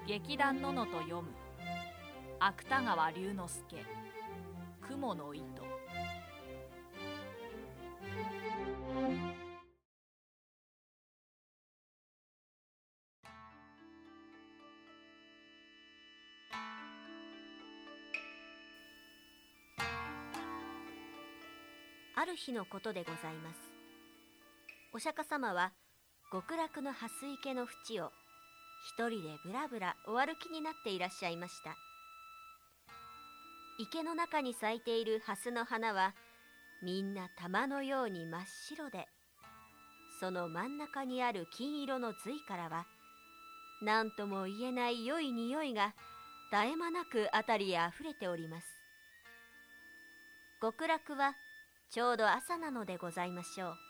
劇団ののと読む芥川龍之介雲の糸。 ある日のことでございます。お釈迦様は極楽の蓮池の淵を一人でぶらぶらお歩きになっていらっしゃいました。池の中に咲いている蓮の花はみんな玉のように真っ白で、その真ん中にある金色の髄からは何とも言えない良い匂いが絶え間なくあたりへあふれております。極楽はちょうど朝なのでございましょう。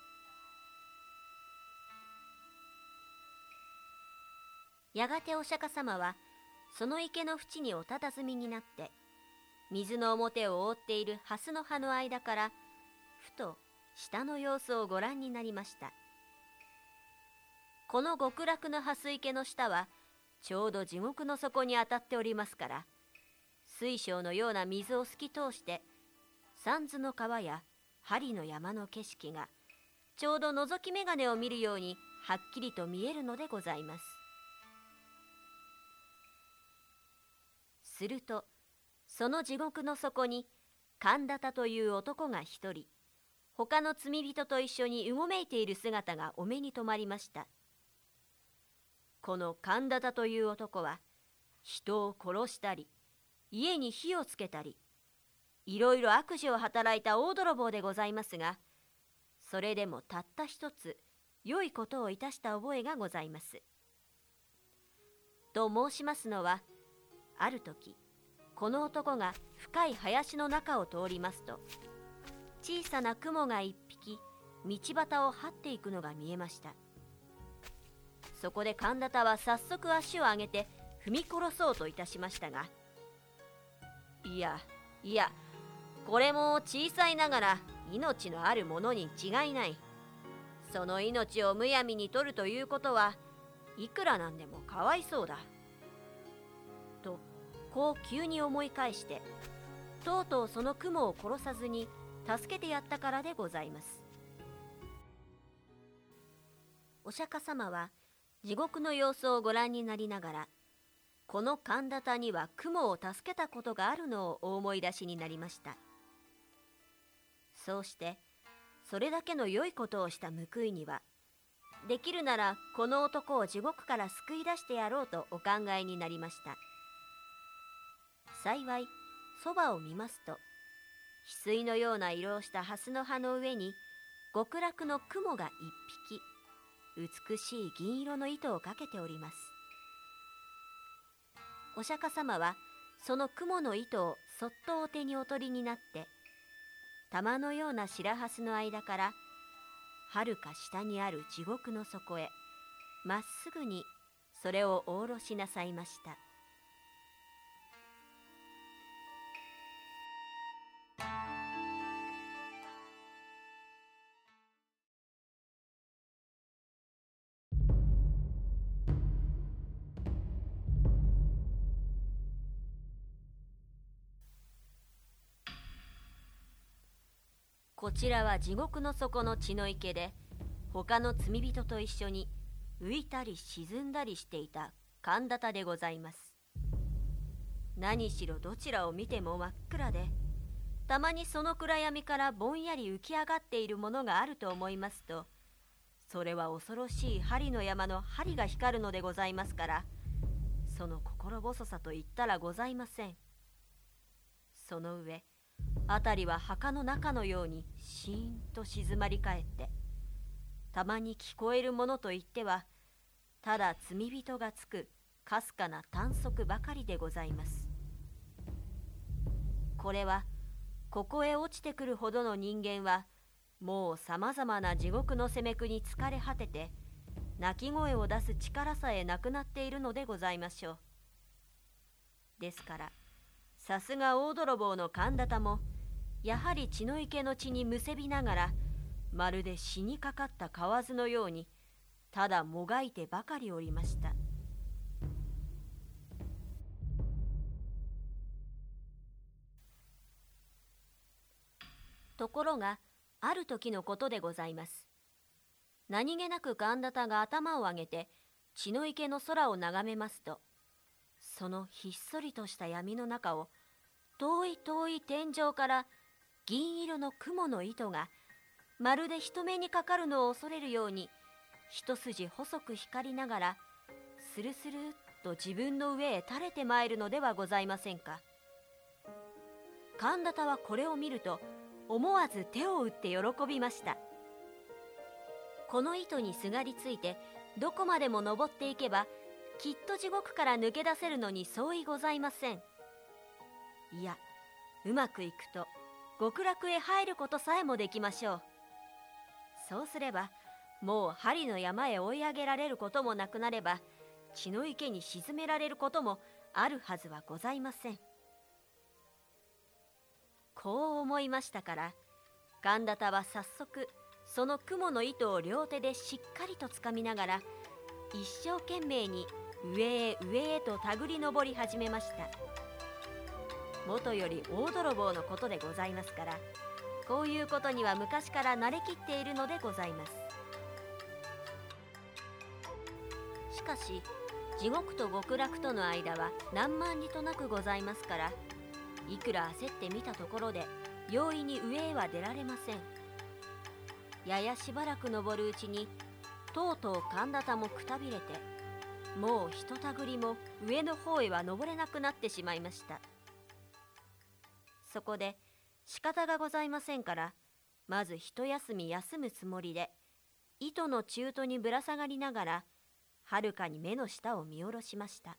やがてお釈迦様はその池の淵にお佇みになって、水の表を覆っている蓮の葉の間からふと下の様子をご覧になりました。この極楽の蓮池の下はちょうど地獄の底に当たっておりますから、水晶のような水を透き通して三途の川や針の山の景色がちょうど覗き眼鏡を見るようにはっきりと見えるのでございます。するとその地獄の底に神田田という男が一人、他の罪人と一緒にうごめいている姿がお目に留まりました。この神田田という男は人を殺したり家に火をつけたりいろいろ悪事を働いた大泥棒でございますが、それでもたった一つ良いことをいたした覚えがございます。と申しますのは、ある時この男が深い林の中を通りますと、小さな雲が一匹道端を這っていくのが見えました。そこで神田田は早速足を上げて踏み殺そうといたしましたが、いやこれも小さいながら命のあるものに違いない。その命をむやみに取るということはいくらなんでもかわいそうだと、こう急に思い返して、とうとうその雲を殺さずに助けてやったからでございます。お釈迦様は地獄の様子をご覧になりながら、この神田田には雲を助けたことがあるのをお思い出しになりました。そうしてそれだけの良いことをした報いには、できるならこの男を地獄から救い出してやろうとお考えになりました。幸いそばを見ますと、翡翠のような色をした蓮の葉の上に極楽の雲が一匹美しい銀色の糸をかけております。お釈迦様はその雲の糸をそっとお手にお取りになって、玉のような白蓮の間からはるか下にある地獄の底へまっすぐにそれをお下ろしなさいました。こちらは地獄の底の血の池で、他の罪人と一緒に浮いたり沈んだりしていた神田田でございます。何しろどちらを見ても真っ暗で、たまにその暗闇からぼんやり浮き上がっているものがあると思いますと、それは恐ろしい針の山の針が光るのでございますから、その心細さと言ったらございません。その上辺りは墓の中のようにシーンと静まり返って、たまに聞こえるものといってはただ罪人がつくかすかな短足ばかりでございます。これはここへ落ちてくるほどの人間はもうさまざまな地獄の責め苦に疲れ果てて、鳴き声を出す力さえなくなっているのでございましょう。ですからさすが大泥棒の神田田もやはり血の池の血にむせびながら、まるで死にかかった蛙のようにただもがいてばかりおりました。 ところがある時のことでございます。何気なく神田田が頭を上げて血の池の空を眺めますと、そのひっそりとした闇の中を遠い遠い天井から銀色の雲の糸がまるで人目にかかるのを恐れるように一筋細く光りながらスルスルっと自分の上へ垂れてまいるのではございませんか。神田田はこれを見ると思わず手を打って喜びました。この糸にすがりついてどこまでも登っていけばきっと地獄から抜け出せるのに相違ございません。いや、うまくいくと極楽へ入ることさえもできましょう。そうすればもう針の山へ追い上げられることもなくなれば、血の池に沈められることもあるはずはございません。こう思いましたから、神田田は早速その雲の糸を両手でしっかりとつかみながら一生懸命に上へ上へと手繰り登り始めました。もとより大泥棒のことでございますから、こういうことには昔から慣れきっているのでございます。しかし地獄と極楽との間は何万里となくございますから、いくら焦ってみたところで容易に上へは出られません。ややしばらく登るうちにとうとう神田田もくたびれて、もうひとたぐりも上の方へは登れなくなってしまいました。そこで仕方がございませんから、まず一休み休むつもりで糸の中途にぶら下がりながらはるかに目の下を見下ろしました。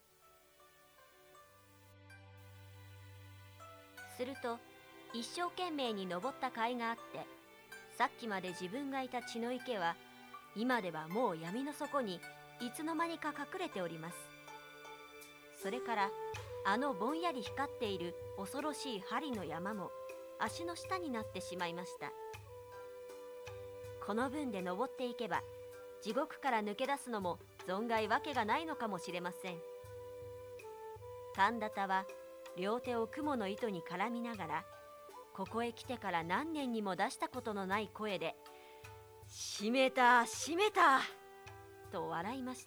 すると一生懸命に登った甲斐があって、さっきまで自分がいた血の池は今ではもう闇の底にいつの間にか隠れております。それからあのぼんやり光っている恐ろしい針の山も足の下になってしまいました。この分で登っていけば地獄から抜け出すのも存外わけがないのかもしれません。神田田は両手を雲の糸に絡みながら、ここへ来てから何年にも出したことのない声で「しめたしめた!」と笑いました。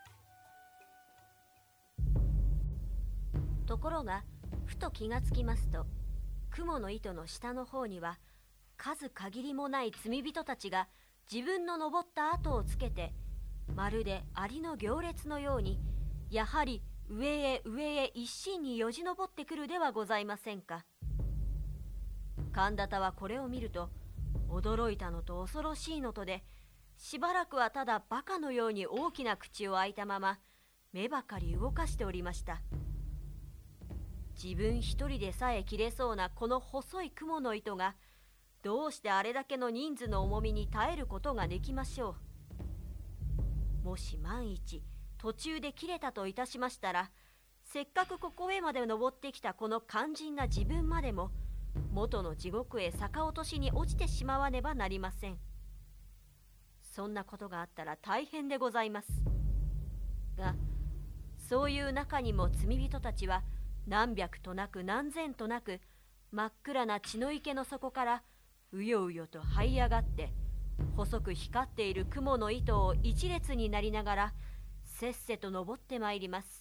ところがふと気がつきますと、雲の糸の下の方には数限りもない罪人たちが自分の登った跡をつけて、まるでアリの行列のようにやはり上へ上へ一心によじ登ってくるではございませんか。神田田はこれを見ると驚いたのと恐ろしいのとで、しばらくはただバカのように大きな口を開いたまま目ばかり動かしておりました。自分一人でさえ切れそうなこの細い雲の糸がどうしてあれだけの人数の重みに耐えることができましょう。もし万一途中で切れたといたしましたら、せっかくここへまで登ってきたこの肝心な自分までも元の地獄へ逆落としに落ちてしまわねばなりません。そんなことがあったら大変でございます。がそういう中にも罪人たちは何百となく何千となく真っ暗な血の池の底からうようよと這い上がって、細く光っている雲の糸を一列になりながらせっせと登ってまいります。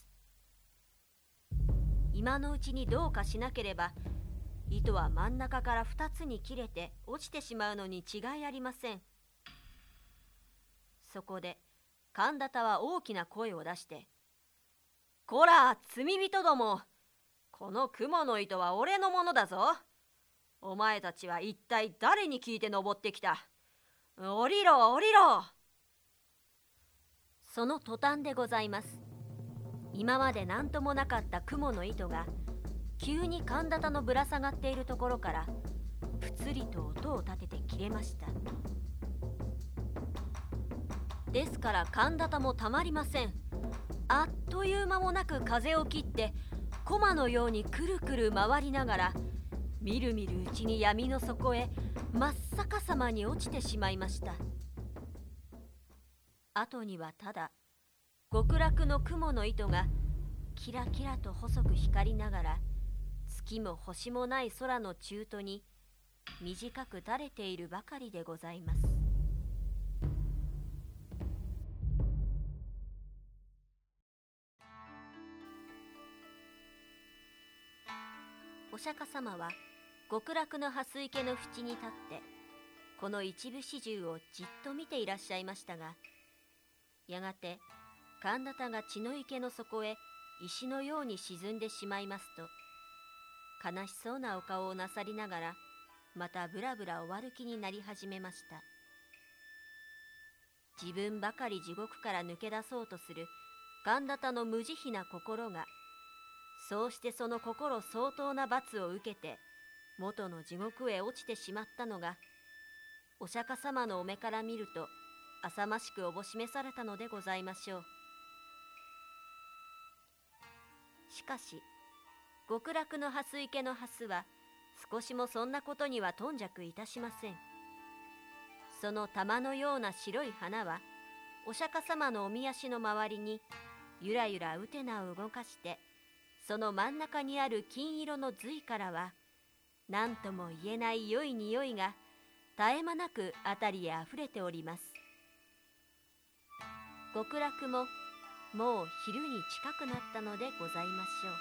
今のうちにどうかしなければ糸は真ん中から2つに切れて落ちてしまうのに違いありません。そこで神田田は大きな声を出して「こら罪人ども、この雲の糸は俺のものだぞ。お前たちは一体誰に聞いて登ってきた。降りろ降りろ!」その途端でございます。今まで何ともなかった雲の糸が急に神田田のぶら下がっているところからぷつりと音を立てて切れました。ですから神田田もたまりません。あっという間もなく風を切って駒のようにくるくる回りながらみるみるうちに闇の底へ真っ逆さまに落ちてしまいました。後にはただ極楽の雲の糸がキラキラと細く光りながら月も星もない空の中途に短く垂れているばかりでございます。お釈迦様は極楽の蓮池の淵に立ってこの一部始終をじっと見ていらっしゃいましたが、やがて神田田が血の池の底へ石のように沈んでしまいますと、悲しそうなお顔をなさりながらまたぶらぶらお歩きになり始めました。自分ばかり地獄から抜け出そうとする神田田の無慈悲な心が、そうしてその心相当な罰を受けて元の地獄へ落ちてしまったのが、お釈迦様のお目から見ると浅ましくおぼしめされたのでございましょう。しかし極楽の蓮池の蓮は少しもそんなことには頓着いたしません。その玉のような白い花はお釈迦様のおみ足の周りにゆらゆらうてなを動かして、その真ん中にある金色の髄からは何とも言えない良い匂いが絶え間なく辺りへあふれております。極楽ももう昼に近くなったのでございましょう。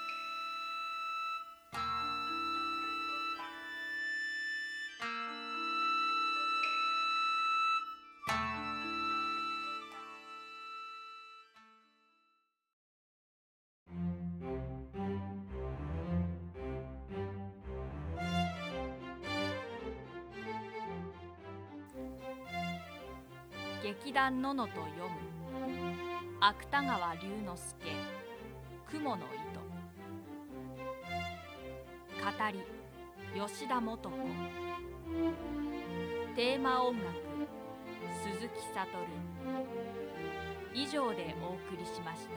劇団ののと読む芥川龍之介雲の糸。語り吉田素子。テーマ音楽鈴木悟。以上でお送りしました。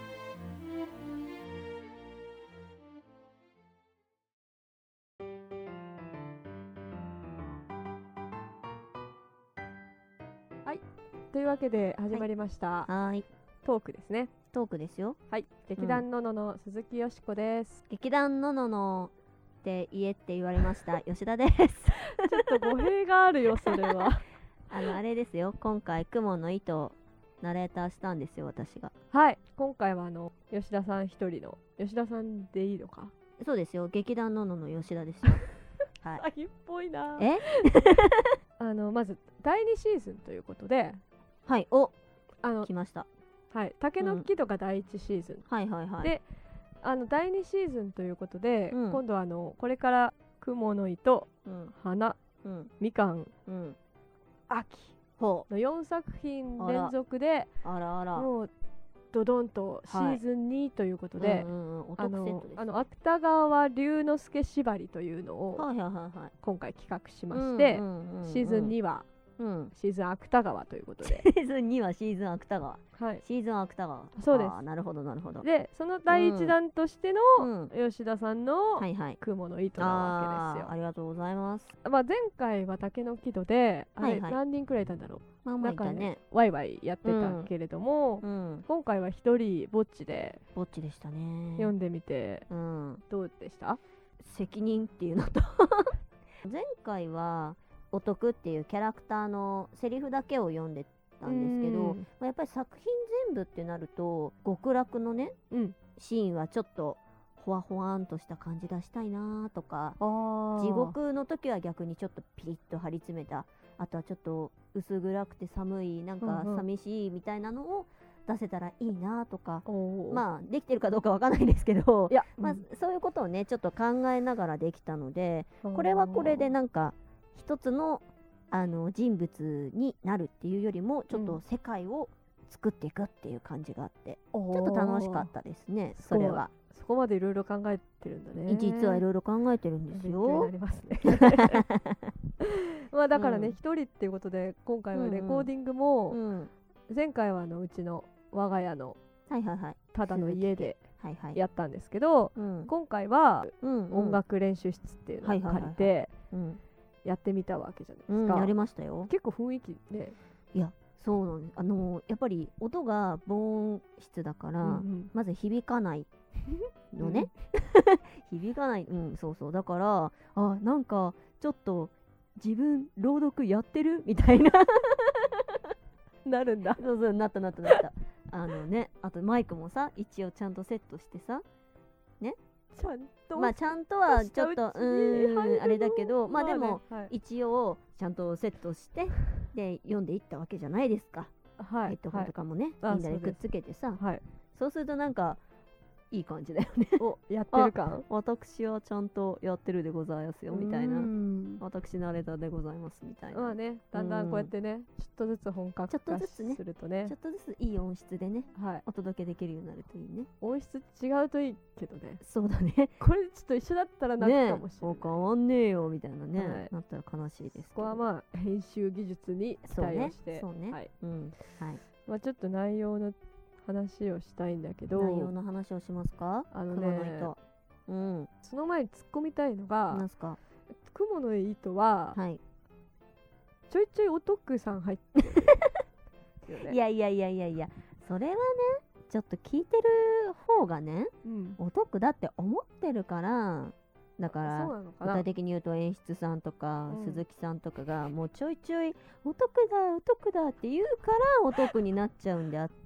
はい、というわけで始まりました、 はい、 トークですね。 トークですよ。 はい、劇団ののの鈴木よしこです。 劇団のののって言えって言われました吉田です。 ちょっと語弊があるよそれは。 あれですよ、今回雲の糸をナレーターしたんですよ私が。 はい、今回は吉田さん一人の吉田さんでいいのか。 そうですよ、劇団ののの吉田ですよ。はい。 詐欺っぽいな。まず第2シーズンということで、 はい、来ました。 はい、竹の木とか第1シーズン、 はいはいはい。 で第2シーズンということで、今度はこれから雲の糸、花、みかん、秋の4作品連続で、もうドドンとシーズン2ということで、芥川龍之介縛りというのを今回企画しまして、シーズン2はシーズン芥川ということで、 シーズン2はシーズン芥川、 はい、 シーズン芥川。 そうです。 なるほどなるほど。 でその第一弾としての吉田さんの雲の糸なわけですよ。 ありがとうございます。 前回は竹の木戸で何人くらいいたんだろう。 まあいたね。 ワイワイやってたけれども、今回は一人ぼっちでしたね。 読んでみて、どうでした？ 責任っていうのと前回はお得っていうキャラクターのセリフだけを読んでたんですけど、やっぱり作品全部ってなると極楽のね、シーンはちょっとほわほわんとした感じ出したいなとか、地獄の時は逆にちょっとピリッと張り詰めた、あとはちょっと薄暗くて寒い、なんか寂しいみたいなのを出せたらいいなとか、まあできてるかどうかわかんないですけど、そういうことをねちょっと考えながらできたので、これはこれでなんか一つの人物になるっていうよりもちょっと世界を作っていくっていう感じがあって、ちょっと楽しかったですね。それはそこまでいろいろ考えてるんだね。 実はいろいろ考えてるんですよ。 勉強になりますね。まあだからね、一人っていうことで今回はレコーディングも、前回はうちの我が家のただの家でやったんですけど、今回は音楽練習室っていうのを借りてやってみたわけじゃないですか。 やりましたよ。 結構雰囲気ね。 いやそうなんです。やっぱり音が防音室だから、まず響かないっのね、響かない、そうそう、だからなんかちょっと自分朗読やってるみたいななるんだ。 そうそう、なったね、あとマイクもさ一応ちゃんとセットしてさね、 ちゃんとまあちゃんとはちょっとあれだけど、まあでも、一応ちゃんとセットしてで読んでいったわけじゃないですか。ヘッドホンとかもね、みんなでくっつけてさ、そうするとなんかいい感じだよね。 お、やってる感。 私はちゃんとやってるでございますよみたいな、私ナレーターでございますみたいな。 まあね、だんだんこうやってね、ちょっとずつ本格化するとね、 ちょっとずついい音質でね、お届けできるようになるといいね。 音質違うといいけどね。 そうだね。 これちょっと一緒だったらなるかもしれない。 変わんねえよみたいなね、なったら悲しいです。 ここはまあ編集技術に期待をして、 そうね。はい。 まあちょっと内容の話をしたいんだけど、 内容の話をしますか。 その前に突っ込みたいのが、 なんすか。 雲の糸は、ちょいちょいお得さん入ってる、 いやそれはね、ちょっと聞いてる方がね、お得だって思ってるから、だから具体的に言うと演出さんとか、鈴木さんとかがもうちょいちょいお得だって言うからお得になっちゃうんであって、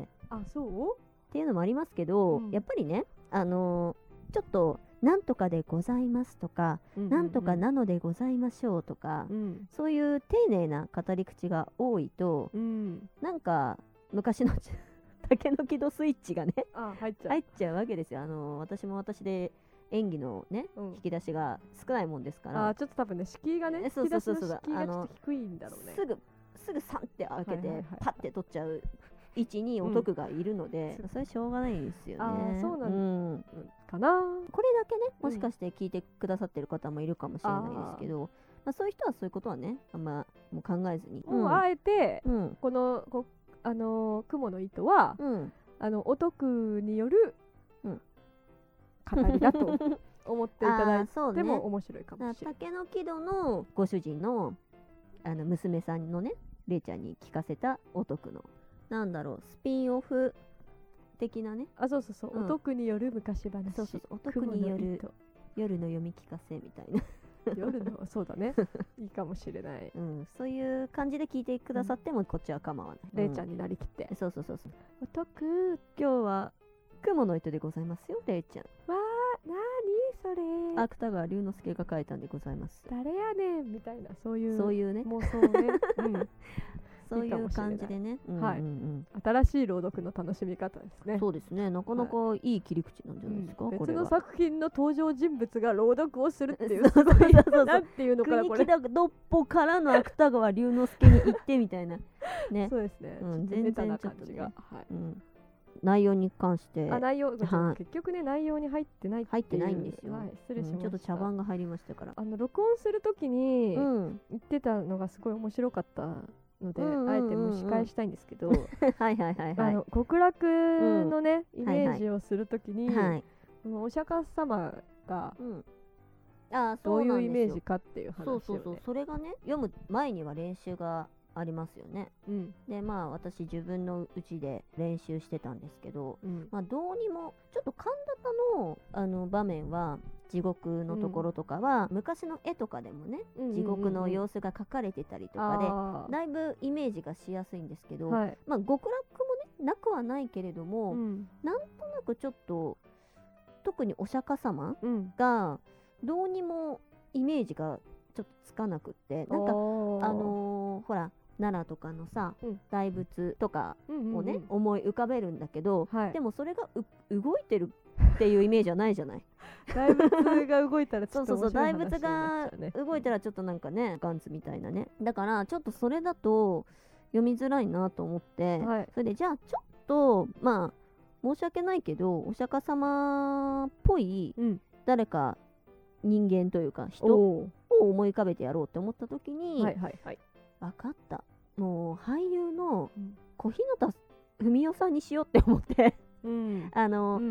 そうっていうのもありますけど、やっぱりね、ちょっとなんとかでございますとか、なんとかなのでございましょうとか、そういう丁寧な語り口が多いと、なんか昔の竹の木戸スイッチがね入っちゃうわけですよ。私も私で演技のね、引き出しが少ないもんですから、 ちょっと多分ね、敷居がね、引き出しの敷居がちょっと低いんだろうね。 すぐサンって開けてパッて取っちゃう位置にお得がいるので、それしょうがないんですよね。 そうなんかな。 これだけね、もしかして聞いてくださってる方もいるかもしれないですけど、そういう人はそういうことはね、あんまもう考えずに、 あえてこの雲の糸はお得による語りだと思っていただいても面白いかもしれない。 竹の木戸のご主人の娘さんのね、れいちゃんに聞かせたお得のなんだろう、スピンオフ的なね。 そうそう、お得による昔話。 そう、お得による夜の読み聞かせみたいな。 夜の、そうだね、いいかもしれない。 そういう感じで聞いてくださってもこっちは構わない。 れいちゃんになりきって。 そう。 お得、 今日は雲の糸でございますよ、れいちゃん。 わー、なにそれ。 芥川龍之介が書いたんでございます。 誰やねんみたいな、そういうね、 もうそうね。 そういう感じでね。 新しい朗読の楽しみ方ですね。 そうですね。なかなかいい切り口なんじゃないですか。 別の作品の登場人物が朗読をするっていう、なんていうのかな、これ。 国木田どっぽからの芥川龍之介に行ってみたいな。ね。 そうですね。 全然ちょっとね。内容に関して。 内容、結局ね、内容に入ってないんですよ。失礼しました。 ちょっと茶番が入りましたから。 録音するときに言ってたのがすごい面白かったので、あえて蒸し返したいんですけど、極楽のね、イメージをするときに、お釈迦様がどういうイメージかっていう話をね。 そう、それがね、読む前には練習がありますよね。で、まあ私自分のうちで練習してたんですけど、どうにもちょっと神田の場面は地獄のところとかは、昔の絵とかでもね、地獄の様子が描かれてたりとかで、だいぶイメージがしやすいんですけど、極楽もねなくはないけれども、なんとなくちょっと特にお釈迦様がどうにもイメージがちょっとつかなくって、なんかほら奈良とかのさ、大仏とかをね、思い浮かべるんだけど、でもそれが動いてるっていうイメージはないじゃない。 大仏が動いたらちょっと面白い話になっちゃうね。 大仏が動いたらちょっとなんかね、ガンツみたいなね。だからちょっとそれだと読みづらいなと思って、それでじゃあちょっとまあ申し訳ないけどお釈迦様っぽい誰か人間というか人を思い浮かべてやろうって思った時に、分かった、もう俳優の小日向文世さんにしようって思って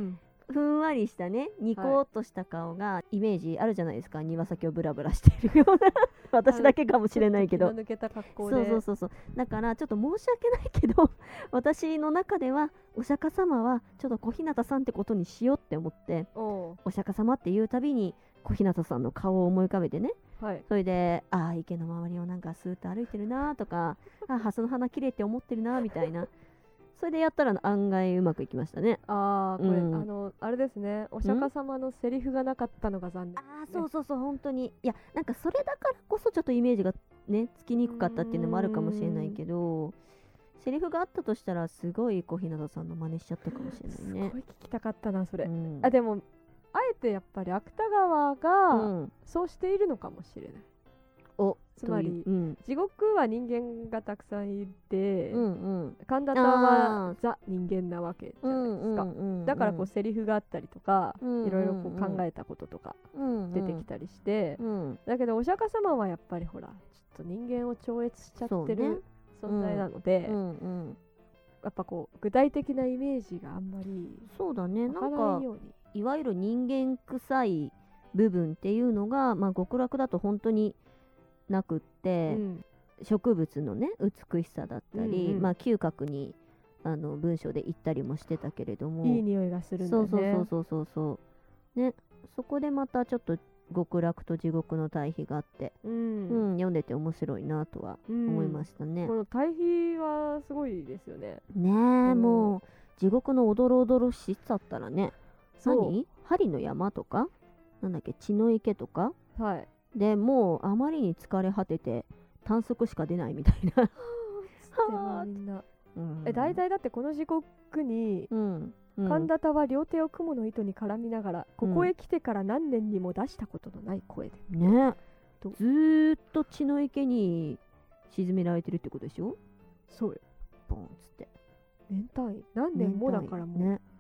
ふんわりしたねニコっとした顔がイメージあるじゃないですか、庭先をブラブラしているような私だけかもしれないけど、 抜けた格好で、 そうだからちょっと申し訳ないけど私の中ではお釈迦様はちょっと小日向さんってことにしようって思って、お釈迦様っていうたびに小日向さんの顔を思い浮かべてね、それで池の周りをなんかスーッと歩いてるなとかハスの花綺麗って思ってるなみたいなそれでやったら案外うまくいきましたね。 これ、あれですね、お釈迦様のセリフがなかったのが残念、ね、 そう本当にいやなんかそれだからこそちょっとイメージがねつきにくかったっていうのもあるかもしれないけど、セリフがあったとしたらすごい小日向さんの真似しちゃったかもしれないね。 すごい聞きたかったなそれ、でもあえてやっぱり芥川がそうしているのかもしれない、つまり、地獄は人間がたくさんいて、神田はザ人間なわけじゃないですか、だからこうセリフがあったりとか、いろいろこう考えたこととか出てきたりして、だけどお釈迦様はやっぱりほらちょっと人間を超越しちゃってる存在なので、やっぱこう具体的なイメージがあんまりそうだね、なんかいわゆる人間臭い部分っていうのが、極楽だと本当になくって、植物のね美しさだったり、嗅覚に文章で言ったりもしてたけれども、 いい匂いがするんだね。 そうね、そこでまたちょっと極楽と地獄の対比があって、読んでて面白いなとは思いましたね。 この対比はすごいですよね。 もう地獄のおどろおどろしさったらね、針の山とかなんだっけ血の池とか、でもうあまりに疲れ果てて短足しか出ないみたいなみんな、大体だってこの地獄に、神田は両手を雲の糸に絡みながら、ここへ来てから何年にも出したことのない声でね、ずーっと血の池に沈められてるってことでしょ。 そうよ、 ボンっつって年単位何年もだからもうね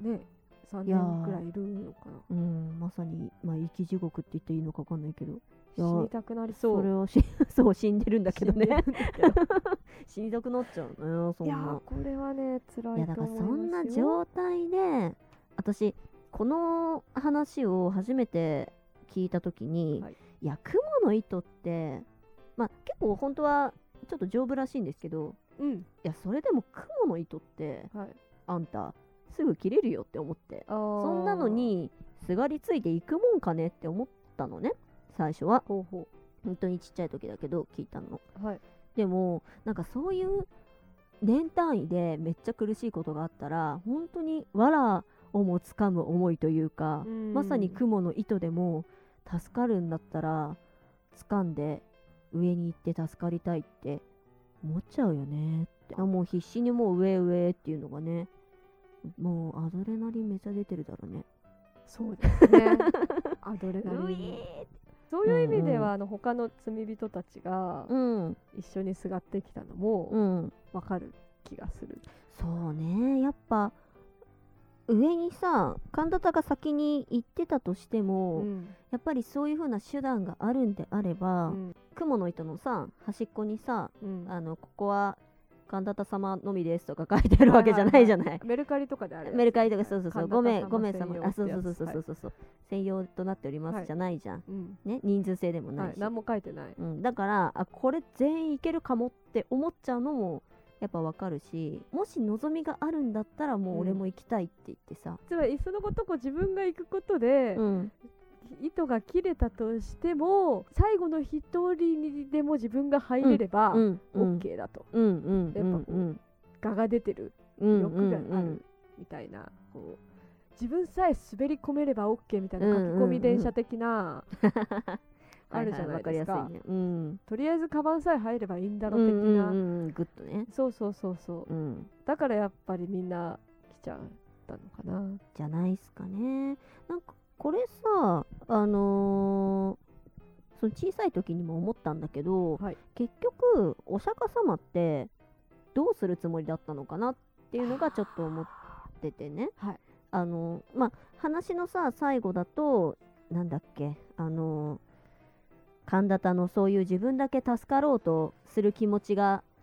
3年くらいいるのかな。 まさに生き地獄って言っていいのか分かんないけど、 死にたくなりそう。 それはそう死んでるんだけどね死にたくなっちゃうね、そんな。 いやこれはね辛いと思いますよ。 だからそんな状態で私この話を初めて聞いた時に、いや蜘蛛の糸って結構本当はちょっと丈夫らしいんですけど、いやそれでも蜘蛛の糸って、あんたすぐ切れるよって思って、そんなのにすがりついていくもんかねって思ったのね最初は。本当にちっちゃい時だけど聞いたの、でもなんかそういう年単位でめっちゃ苦しいことがあったら本当に藁をもつかむ思いというか、まさに蜘蛛の糸でも助かるんだったら掴んで上に行って助かりたいって思っちゃうよねって。もう必死にもう上っていうのがね、もうアドレナリンめっちゃ出てるだろうね。 そうですねアドレナリンそういう意味では、他の罪人たちが一緒にすがってきたのも分かる気がする。 そうね、やっぱ上にさ神田が先に行ってたとしても、やっぱりそういう風な手段があるんであれば、雲の糸のさ端っこにさ、ここは神田様のみですとか書いてあるわけじゃないじゃない。 メルカリとかである、 メルカリとかそう5名様そう専用となっておりますじゃないじゃん、ね、人数制でもないし、 何も書いてない、 だからこれ全員いけるかもって思っちゃうのもやっぱわかるし、もし望みがあるんだったらもう俺も行きたいって言ってさ、 つまりいっそのこと自分が行くことで、糸が切れたとしても最後の一人にでも自分が入れれば OK だと、やっぱ我が出てる欲があるみたいな、こう自分さえ滑り込めれば OK みたいな書き込み電車的なあるじゃないですか。とりあえずカバンさえ入ればいいんだろう的な、 グッとね。 そう、だからやっぱりみんな来ちゃったのかなじゃないですかね。なんかこれさその小さい時にも思ったんだけど、結局お釈迦様ってどうするつもりだったのかなっていうのがちょっと思っててね、話のさ最後だとなんだっけ神田のそういう自分だけ助かろうとする気持ちが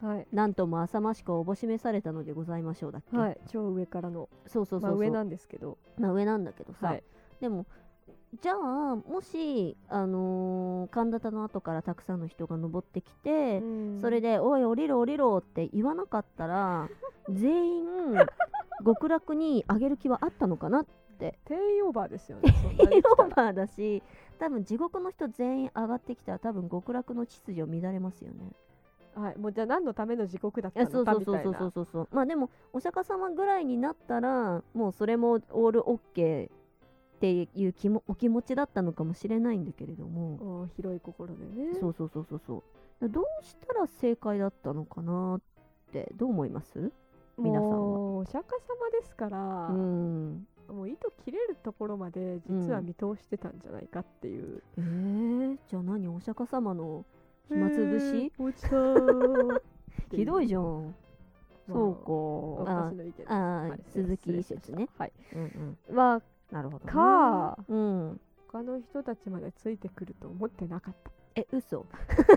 はい、 なんとも浅ましくおぼしめされたのでございましょうだっけ。 はい、超上からの、 そうそうそうそう、 まあ、上なんですけど、 まあ上なんだけどさ、 はい、 でもじゃあもし神田田の後からたくさんの人が登ってきて、それでおい降りろ降りろって言わなかったら全員極楽にあげる気はあったのかなって。 定員オーバーですよね。 定員オーバーだし、多分地獄の人全員上がってきたら多分極楽の秩序乱れますよね。 はい、もうじゃあ何のための地獄だったのかみたいな。 そうまあでもお釈迦様ぐらいになったらもうそれもオールオッケーっていうお気持ちだったのかもしれないんだけれども、 広い心でね。 そうどうしたら正解だったのかなってどう思います？皆さんは。 もうお釈迦様ですから、もう糸切れるところまで実は見通してたんじゃないかっていう、 じゃあ何、お釈迦様の暇つぶし、 落ちたひどいじゃん。そうか、 私の意見です。 鈴木説ね。 はい、まあなるほどか、他の人たちまでついてくると思ってなかった。 嘘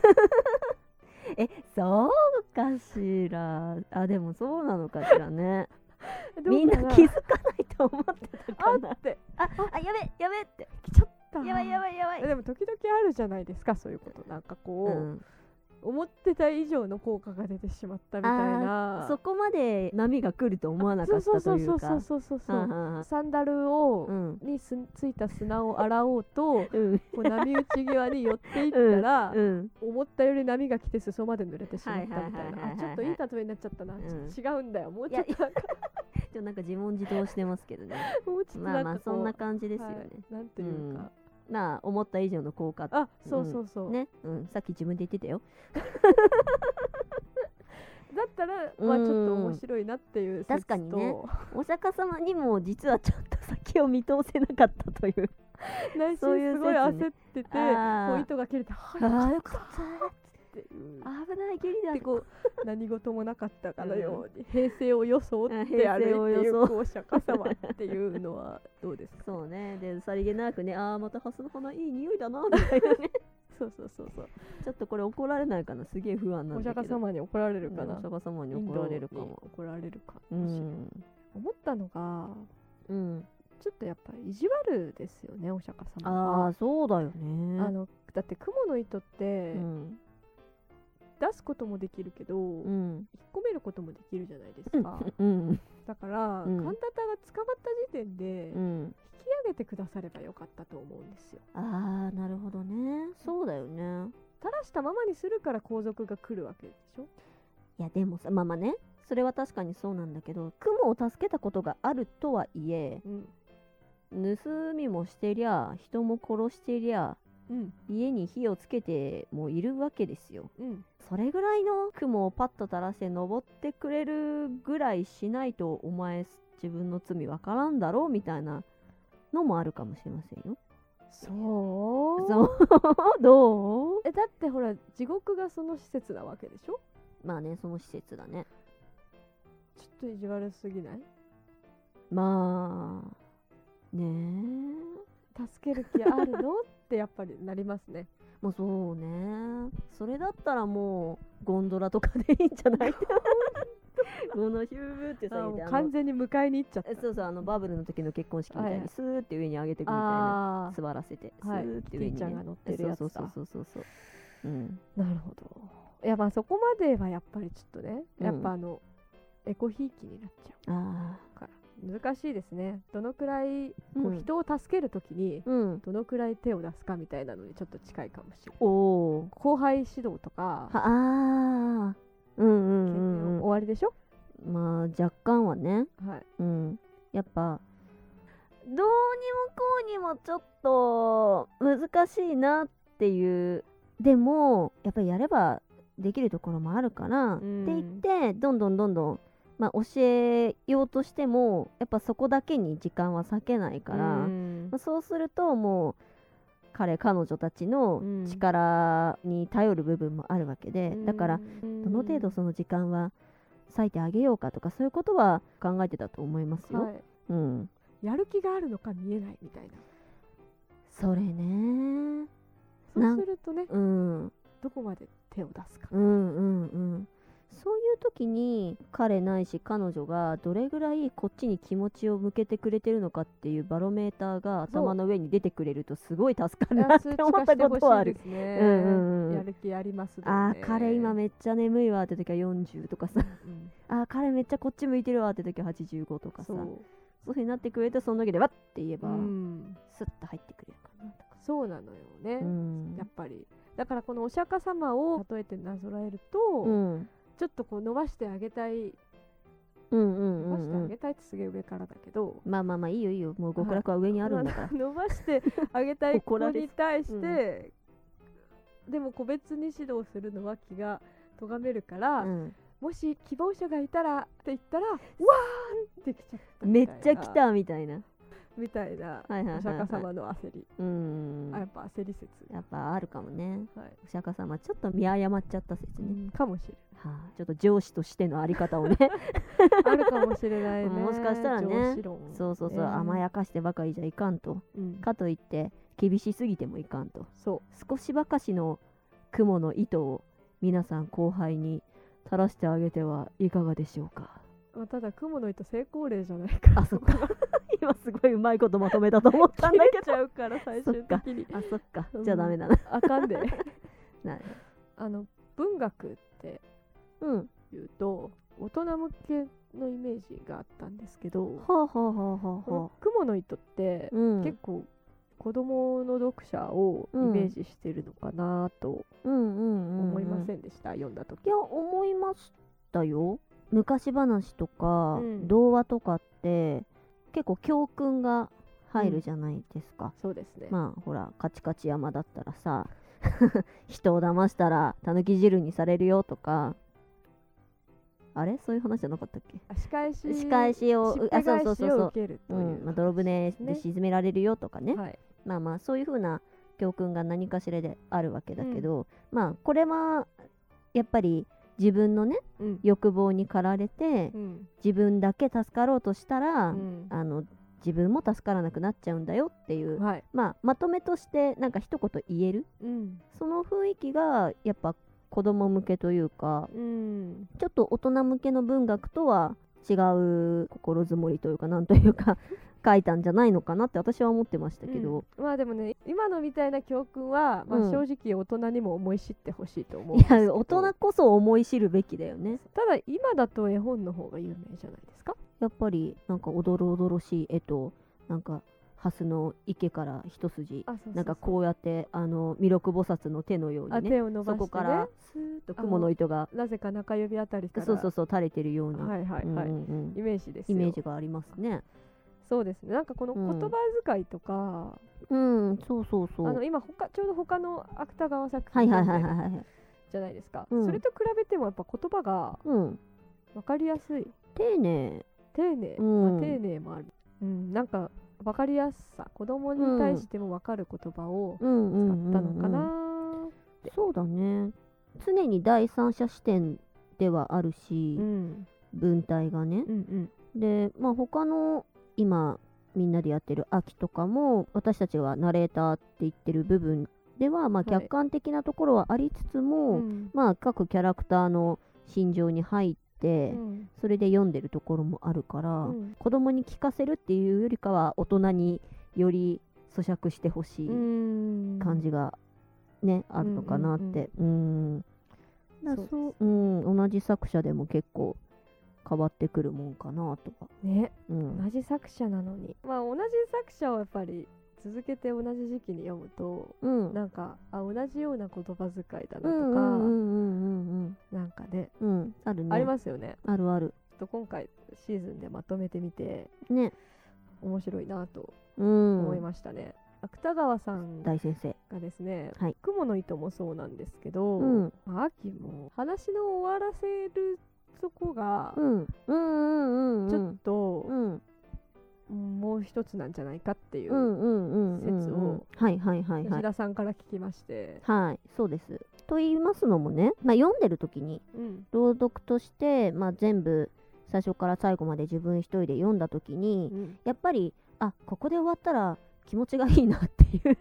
そうかしら。でもそうなのかしらね。みんな気づかないと思ってたかな。やべって来ちゃった。 やばい。 でも時々あるじゃないですか、そういうこと。なんかこう、思ってた以上の効果が出てしまったみたいな。 そこまで波が来ると思わなかったというか。 そうサンダルを、についた砂を洗おうと、こう波打ち際に寄っていったら、思ったより波が来て裾まで濡れてしまったみたいな。ちょっといい例えになっちゃったな。違うんだよ、もうちょっとなんか自問自答してますけどね。まあそんな感じですよね。 なんていうか、 思った以上の効果。 そうね、さっき自分で言ってたよ。 だったらちょっと面白いなっていう説と、 確かにね、お釈迦様にも実はちょっと先を見通せなかったという内心すごい焦ってて、もう糸が切れて、よかったっていう、 危ないギリだってこう何事もなかったかのように平静を装って歩いていくお釈迦様っていうのはどうですか？ そうね。でさりげなくね、またハスの花いい匂いだなみたいなね。 そうちょっとこれ怒られないかな、すげえ不安なんだけど。 お釈迦様に怒られるかな。 お釈迦様に怒られるかも。 怒られるかもしれない。思ったのが、ちょっとやっぱり意地悪ですよね、お釈迦様は。 そうだよね。 だって雲の糸って、出すこともできるけど、引っ込めることもできるじゃないですか。だから、神田田が捕まった時点で、引き上げてくださればよかったと思うんですよ。 なるほどね。そうだよね。 垂らしたままにするから皇族が来るわけでしょ。 いやでもさ、まあね、それは確かにそうなんだけど、雲を助けたことがあるとはいえ、盗みもしてりゃ、人も殺してりゃ、家に火をつけてもいるわけですよ。それぐらいの雲をパッと垂らして登ってくれるぐらいしないと、お前自分の罪わからんだろうみたいなのもあるかもしれませんよ。 そうどう？ だってほら、地獄がその施設なわけでしょ。 まあね、その施設だね。 ちょっと意地悪すぎない？ まあねえ、助ける気あるのってやっぱりなりますね。 もうそうね。それだったらもうゴンドラとかでいいんじゃないって思う。このヒューってさ、 完全に迎えに行っちゃった。 そうバブルの時の結婚式みたいにスーって上に上げていくみたいな、座らせてスーって上にね、 ちゃんが乗ってるやつだ。 そうなるほど。いや、まあそこまではやっぱりちょっとね、やっぱエコひいきになっちゃうから難しいですね。どのくらいこう人を助けるときにどのくらい手を出すかみたいなのにちょっと近いかもしれない。後輩指導とか終わりでしょ。 まあ若干はね。やっぱどうにもこうにもちょっと難しいなっていう。でもやっぱりやればできるところもあるからって言ってどんどん教えようとしてもやっぱそこだけに時間は割けないから、そうするともう彼女たちの力に頼る部分もあるわけで、だからどの程度その時間は割いてあげようかとか、そういうことは考えてたと思いますよ。 やる気があるのか見えないみたいな。 それね。 そうするとね、どこまで手を出すか。 そうそういう時に彼ないし彼女がどれぐらいこっちに気持ちを向けてくれてるのかっていうバロメーターが頭の上に出てくれるとすごい助かるなって思ったことはある。 やる気ありますね。 彼今めっちゃ眠いわって時は40とかさ、彼めっちゃこっち向いてるわって時は85とかさ、そういう風になってくれるとその時でわって言えば、スッと入ってくれるかなとか。 そうなのよね、やっぱりだからこのお釈迦様を例えてなぞらえると、ちょっとこう伸ばしてあげたい、伸ばしてあげたいってすげえ上からだけど、 まあいいよいいよ、もう極楽は上にあるんだから、 伸ばしてあげたい子に対して、でも個別に指導するのは気が咎めるから、もし希望者がいたらって言ったら、うわーってきちゃっためっちゃ来たみたいなお釈迦様の焦り、やっぱ焦り説やっぱあるかもね、お釈迦様ちょっと見誤っちゃった説ね、 かもしれない、 ちょっと上司としてのあり方をねあるかもしれないねもしかしたらね、そう甘やかしてばかりじゃいかんと、かといって厳しすぎてもいかんと、少しばかしの雲の糸を皆さん後輩に垂らしてあげてはいかがでしょうか。 ただ雲の糸成功例じゃないからそっか今すごいうまいことまとめたと思ったんだけど切れちゃうから最終的にそっかじゃあダメだな、 あかんでなる文学っていうと、大人向けのイメージがあったんですけど、雲の糸って、結構子供の読者をイメージしてるのかなと思いませんでした、読んだ時。 いや思いましたよ。昔話とか、童話とかって結構教訓が入るじゃないですか、 そうですね。 ほらカチカチ山だったらさ人を騙したらたぬき汁にされるよとか、あれそういう話じゃなかったっけ。 仕返しを受けるという、 泥船で沈められるよとかね、そういう風な教訓が何かしらであるわけだけど、これはやっぱり自分のね、欲望に駆られて、自分だけ助かろうとしたら、自分も助からなくなっちゃうんだよっていう、まとめとしてなんか一言言える、その雰囲気がやっぱ子供向けというか、ちょっと大人向けの文学とは違う心づもりというかなんというか書いたんじゃないのかなって私は思ってましたけど、 でもね今のみたいな教訓は、正直大人にも思い知ってほしいと思うんですけど、 いや大人こそ思い知るべきだよね。 ただ今だと絵本の方が有名じゃないですか。 やっぱりなんかおどろおどろしい絵となんか蓮の池から一筋なんかこうやって弥勒菩薩の手のようにね、 手を伸ばしてね、 そこからスーッと雲の糸がなぜか中指あたりから垂れてるようなイメージですよ。 イメージがありますね。 そうですね。なんかこの言葉遣いとか、 そう今ちょうど他の芥川作品じゃないですか、それと比べてもやっぱ言葉が分かりやすい、 丁寧、 丁寧もある、なんか分かりやすさ、子供に対しても分かる言葉を使ったのかなって。 そうだね。常に第三者視点ではあるし、文体がね、で他の今みんなでやってる秋とかも私たちはナレーターって言ってる部分では客観的なところはありつつも、各キャラクターの心情に入って、それで読んでるところもあるから、子供に聞かせるっていうよりかは大人により咀嚼してほしい感じがねあるのかなって。同じ作者でも結構変わってくるもんかなとかね、同じ作者なのに同じ作者をやっぱり続けて同じ時期に読むと、なんか同じような言葉遣いだなとか、なんかね、 あるね、 ありますよね。 あるある。 今回シーズンでまとめてみてね、 面白いなと思いましたね。芥川さん大先生がですね、雲の糸もそうなんですけど、秋も話の終わらせるそこがちょっともう一つなんじゃないかっていう説を吉田さんから聞きまして、 そうです。と言いますのもね、読んでる時に朗読として、全部最初から最後まで自分一人で読んだ時に、やっぱりここで終わったら気持ちがいいなっていう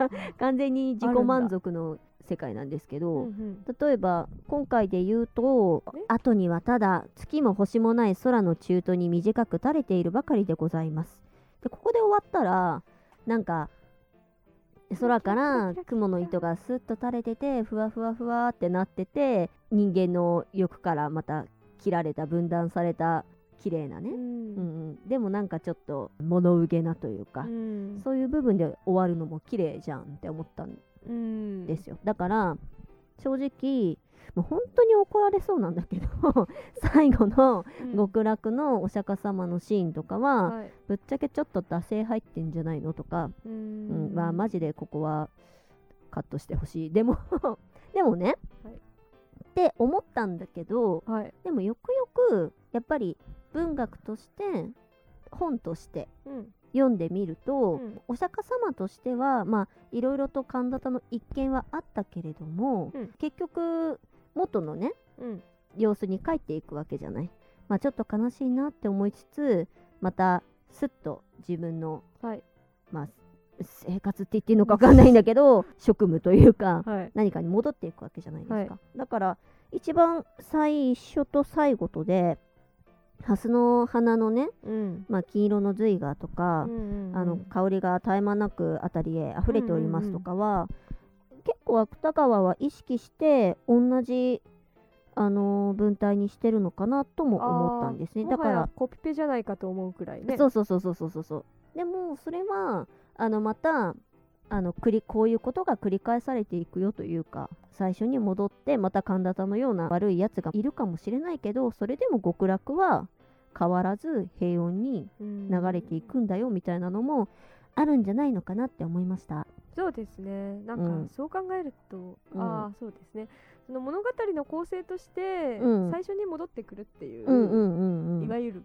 完全に自己満足の世界なんですけど、例えば今回で言うと、後にはただ月も星もない空の中途に短く垂れているばかりでございます。でここで終わったらなんか空から雲の糸がスッと垂れててふわふわふわってなってて、人間の欲からまた切られた分断された綺麗なね、でもなんかちょっと物憂げなというか、そういう部分で終わるのも綺麗じゃんって思ったんですよ。だから正直もう本当に怒られそうなんだけど最後の極楽のお釈迦様のシーンとかは、ぶっちゃけちょっと惰性入ってんじゃないのとか、マジでここはカットしてほしい。でもね、って思ったんだけど、でもよくよくやっぱり文学として本として読んでみると、お釈迦様としてはいろいろと神田の一見はあったけれども、結局元のね、様子に帰っていくわけじゃない。ちょっと悲しいなって思いつつ、またスッと自分の、生活って言っていいのか分かんないんだけど職務というか、何かに戻っていくわけじゃないですか。だから一番最初と最後とで蓮の花のね、金色の髄がとか、香りが絶え間なく辺りへ溢れておりますとかは、結構芥川は意識して同じ文体にしてるのかなとも思ったんですね。だからコピペじゃないかと思うくらいね。 そう。でもそれはまたこういうことが繰り返されていくよというか、最初に戻ってまた神田のような悪いやつがいるかもしれないけど、それでも極楽は変わらず平穏に流れていくんだよみたいなのもあるんじゃないのかなって思いました。 そうですね。なんかそう考えると、そうですね。その物語の構成として最初に戻ってくるっていう、いわゆる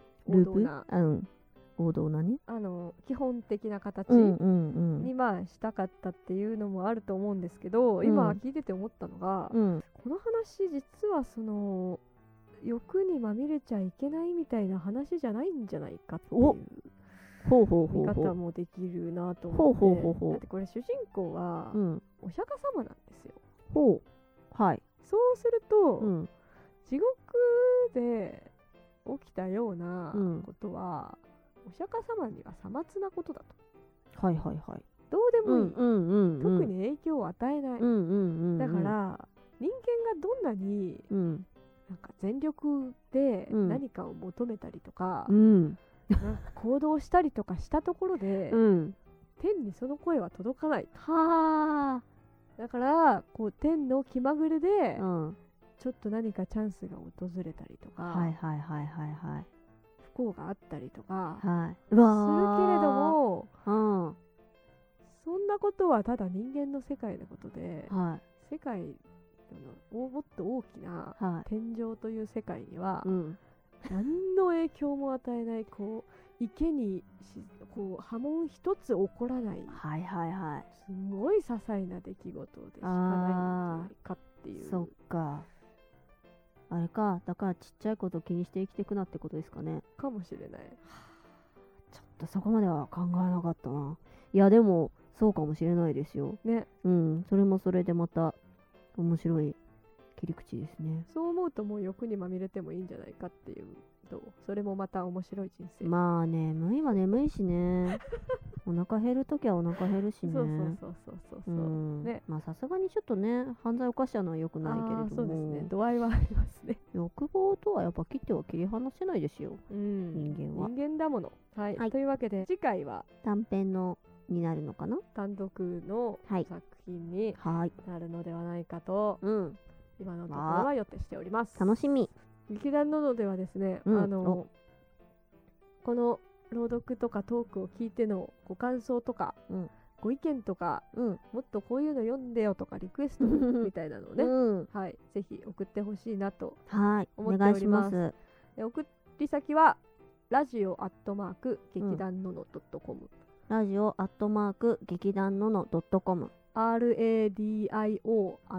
王道なね、 基本的な形にしたかったっていうのもあると思うんですけど、今聞いてて思ったのが、この話実はその欲にまみれちゃいけないみたいな話じゃないんじゃないかっていう見方もできるなと思って。だってこれ主人公はお釈迦様なんですよ。そうすると、地獄で起きたようなことは、お釈迦様にはさまつなことだと。どうでもいい、特に影響を与えない、だから人間がどんなに、なんか全力で何かを求めたりとか、なんか行動したりとかしたところで、天にその声は届かない。だからこう天の気まぐれで、ちょっと何かチャンスが訪れたりとか、不幸があったりとか、するけれども、そんなことはただ人間の世界のことで、世界のもっと大きな天上という世界には、何の影響も与えない、こう池に波紋一つ起こらない、すごい些細な出来事でしかないんじゃないかっていう。 そっか、あれか、だからちっちゃいこと気にして生きていくなってことですかね。 かもしれない。 ちょっとそこまでは考えなかったな。いやでもそうかもしれないですよね。 それもそれでまた面白い切り口ですね。 そう思うともう欲にまみれてもいいんじゃないかっていうと、それもまた面白い人生。 眠いは眠いしねお腹減るときはお腹減るしね。さすがにちょっとね、犯罪を犯しちゃうのは良くないけれども、 そうですね、度合いはありますね。 欲望とはやっぱ切っては切り離せないですよ、人間は。 人間だもの。というわけで次回は短編になるのかな、 単独の作品になるのではないかと、今のところは予定しております。 楽しみ。 劇団ののではですね、この朗読とかトークを聞いてのご感想とか、ご意見とか、もっとこういうの読んでよとかリクエストみたいなのをね、ぜひ送ってほしいなと思っております。送り先はラジオ@劇団のの.com、 ラジオ劇団のの.com、 RADIO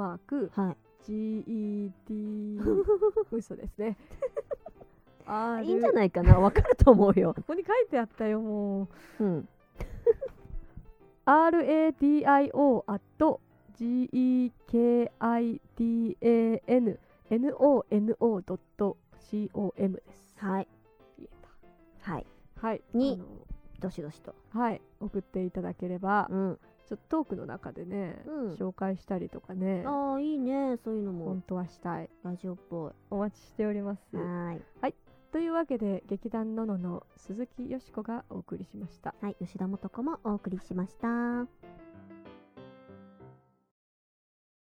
GED 嘘ですねいいんじゃないかな、わかると思うよ。 ここに書いてあったよ、もう。 radio@gekidanono.com です。 はい。 言えた。はい。 はい。 にどしどしと、 はい、送っていただければ、 うん、 ちょっとトークの中でね、紹介したりとかね。 ああ、いいね、そういうのも本当はしたい。 ラジオっぽい。 お待ちしております。 はい。 はい。というわけで、劇団ののの鈴木よしこがお送りしました。 はい、吉田素子もお送りしました。